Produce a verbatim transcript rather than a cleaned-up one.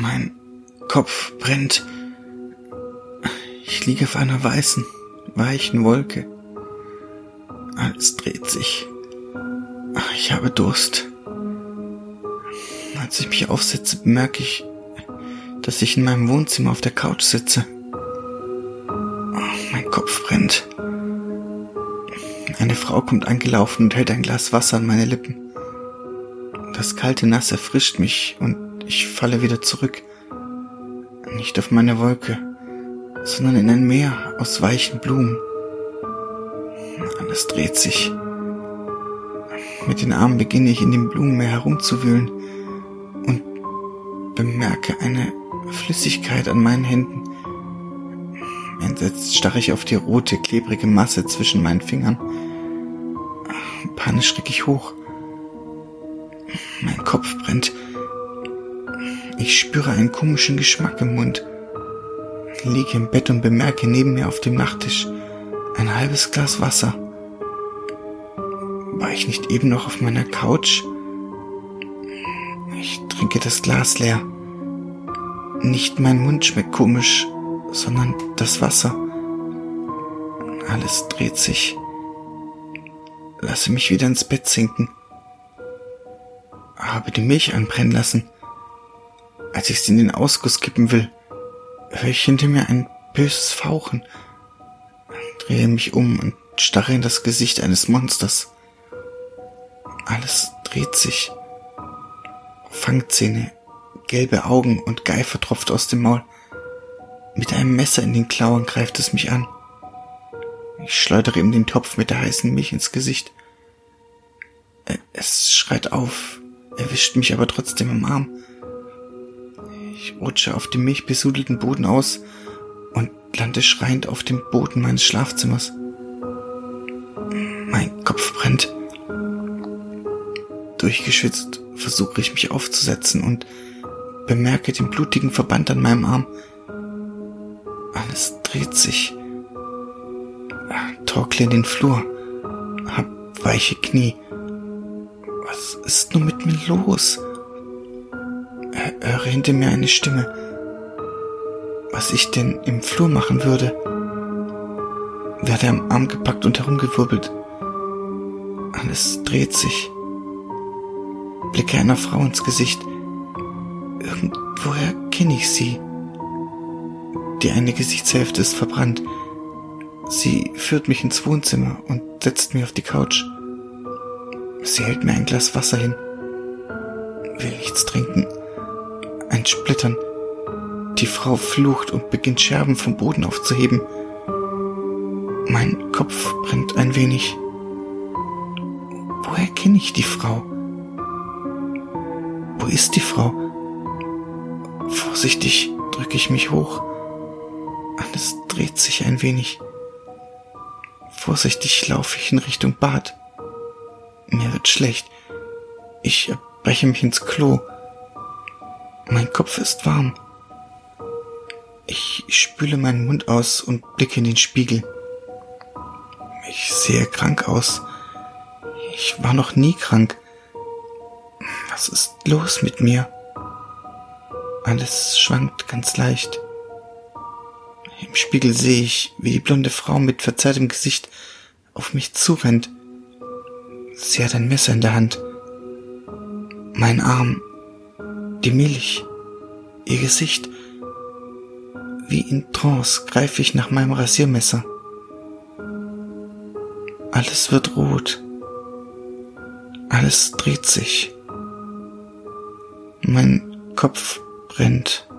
Mein Kopf brennt. Ich liege auf einer weißen, weichen Wolke. Alles dreht sich. Ich habe Durst. Als ich mich aufsetze, bemerke ich, dass ich in meinem Wohnzimmer auf der Couch sitze. Mein Kopf brennt. Eine Frau kommt angelaufen und hält ein Glas Wasser an meine Lippen. Das kalte Nass erfrischt mich und ich falle wieder zurück. Nicht auf meine Wolke, sondern in ein Meer aus weichen Blumen. Alles dreht sich. Mit den Armen beginne ich in dem Blumenmeer herumzuwühlen und bemerke eine Flüssigkeit an meinen Händen. Entsetzt starre ich auf die rote, klebrige Masse zwischen meinen Fingern. Panisch schrecke ich hoch. Mein Kopf brennt. Ich spüre einen komischen Geschmack im Mund. Ich liege im Bett und bemerke neben mir auf dem Nachttisch ein halbes Glas Wasser. War ich nicht eben noch auf meiner Couch? Ich trinke das Glas leer. Nicht mein Mund schmeckt komisch, sondern das Wasser. Alles dreht sich. Lasse mich wieder ins Bett sinken. Habe die Milch anbrennen lassen. Als ich sie in den Ausguss kippen will, höre ich hinter mir ein böses Fauchen. Drehe mich um und starre in das Gesicht eines Monsters. Alles dreht sich. Fangzähne, gelbe Augen und Geifer tropft aus dem Maul. Mit einem Messer in den Klauen greift es mich an. Ich schleudere ihm den Topf mit der heißen Milch ins Gesicht. Es schreit auf, erwischt mich aber trotzdem am Arm. Ich rutsche auf dem milchbesudelten Boden aus und lande schreiend auf dem Boden meines Schlafzimmers. Mein Kopf brennt. Durchgeschwitzt versuche ich mich aufzusetzen und bemerke den blutigen Verband an meinem Arm. Alles dreht sich. Torkle in den Flur. Hab weiche Knie. Was ist nur mit mir los? Höre hinter mir eine Stimme. Was ich denn im Flur machen würde? Werde am Arm gepackt und herumgewirbelt. Alles dreht sich. Blicke einer Frau ins Gesicht. Irgendwoher kenne ich sie. Die eine Gesichtshälfte ist verbrannt. Sie führt mich ins Wohnzimmer und setzt mich auf die Couch. Sie hält mir ein Glas Wasser hin. Will nichts trinken. Ein Splittern. Die Frau flucht und beginnt Scherben vom Boden aufzuheben. Mein Kopf brennt ein wenig. Woher kenne ich die Frau? Wo ist die Frau? Vorsichtig drücke ich mich hoch. Alles dreht sich ein wenig. Vorsichtig laufe ich in Richtung Bad. Mir wird schlecht. Ich breche mich ins Klo. Mein Kopf ist warm. Ich spüle meinen Mund aus und blicke in den Spiegel. Ich sehe krank aus. Ich war noch nie krank. Was ist los mit mir? Alles schwankt ganz leicht. Im Spiegel sehe ich, wie die blonde Frau mit verzerrtem Gesicht auf mich zurennt. Sie hat ein Messer in der Hand. Mein Arm, die Milch, ihr Gesicht. Wie in Trance greife ich nach meinem Rasiermesser. Alles wird rot. Alles dreht sich. Mein Kopf brennt.